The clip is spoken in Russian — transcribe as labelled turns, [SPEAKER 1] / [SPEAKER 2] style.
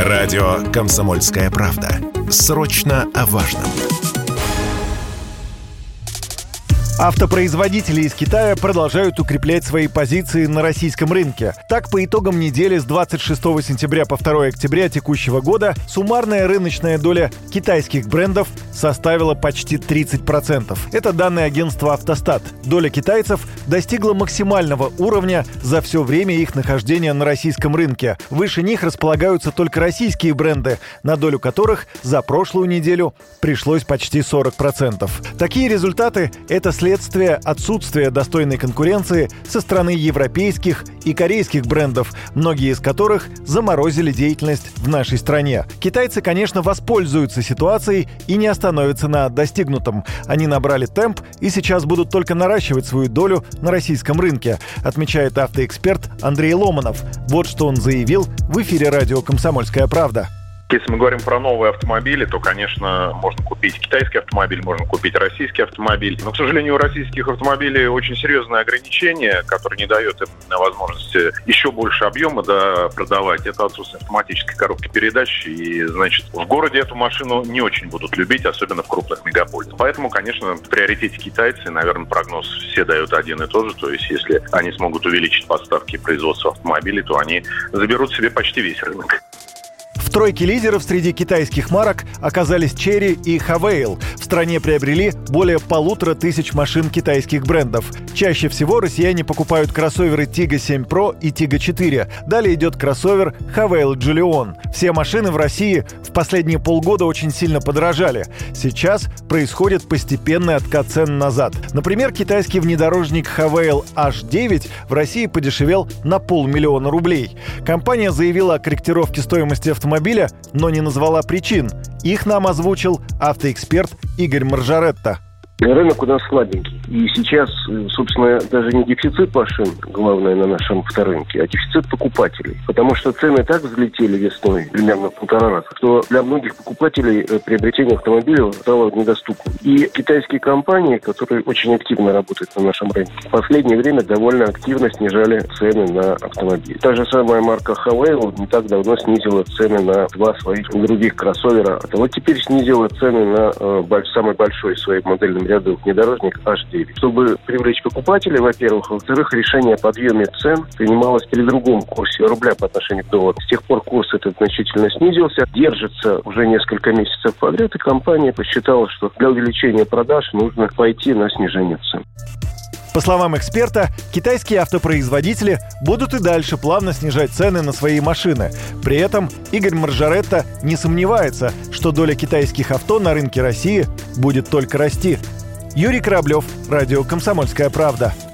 [SPEAKER 1] Радио «Комсомольская правда». Срочно о важном.
[SPEAKER 2] Автопроизводители из Китая продолжают укреплять свои позиции на российском рынке. Так, по итогам недели с 26 сентября по 2 октября текущего года суммарная рыночная доля китайских брендов составила почти 30%. Это данные агентства «Автостат». Доля китайцев достигла максимального уровня за все время их нахождения на российском рынке. Выше них располагаются только российские бренды, на долю которых за прошлую неделю пришлось почти 40%. Такие результаты – это следствие отсутствия достойной конкуренции со стороны европейских и корейских брендов, многие из которых заморозили деятельность в нашей стране. Китайцы, конечно, воспользуются ситуацией и не остановятся на достигнутом. Они набрали темп и сейчас будут только наращивать свою долю на российском рынке, отмечает автоэксперт Андрей Ломанов. Вот что он заявил в эфире радио «Комсомольская правда».
[SPEAKER 3] Если мы говорим про новые автомобили, то, конечно, можно купить китайский автомобиль, можно купить российский автомобиль. Но, к сожалению, у российских автомобилей очень серьезные ограничения, которые не дают им возможности еще больше объема продавать. Это отсутствие автоматической коробки передач. И, значит, в городе эту машину не очень будут любить, особенно в крупных мегаполисах. Поэтому, конечно, в приоритете китайцы, наверное, прогноз все дают один и тот же. То есть, если они смогут увеличить поставки и производство автомобилей, то они заберут себе почти весь рынок.
[SPEAKER 2] В тройке лидеров среди китайских марок оказались Chery и Havail. В стране приобрели более 1500 машин китайских брендов. Чаще всего россияне покупают кроссоверы Tiggo 7 Pro и Tiggo 4. Далее идет кроссовер Havail Julion. Все машины в России в последние полгода очень сильно подорожали. Сейчас происходит постепенный откат цен назад. Например, китайский внедорожник Havail H9 в России подешевел на 500 000 рублей. Компания заявила о корректировке стоимости автомобиля, но не назвала причин. Их нам озвучил автоэксперт Игорь Маржаретта.
[SPEAKER 4] Рынок у нас слабенький. И сейчас, собственно, даже не дефицит машин главное на нашем авторынке, а дефицит покупателей. Потому что цены так взлетели весной, примерно в 1,5 раза, что для многих покупателей приобретение автомобиля стало недоступным. И китайские компании, которые очень активно работают на нашем рынке, в последнее время довольно активно снижали цены на автомобили. Та же самая марка Havail не так давно снизила цены на 2 своих других кроссовера. А вот теперь снизила цены на самый большой своей модельном ряду внедорожник H9. Чтобы привлечь покупателей, во-первых. Во-вторых, решение о подъеме цен принималось при другом курсе рубля по отношению к доллару. С тех пор курс этот значительно снизился, держится уже несколько месяцев подряд, и компания посчитала, что для увеличения продаж нужно пойти на снижение цен.
[SPEAKER 2] По словам эксперта, китайские автопроизводители будут и дальше плавно снижать цены на свои машины. При этом Игорь Маржаретта не сомневается, что доля китайских авто на рынке России будет только расти. Юрий Кораблев, радио «Комсомольская правда».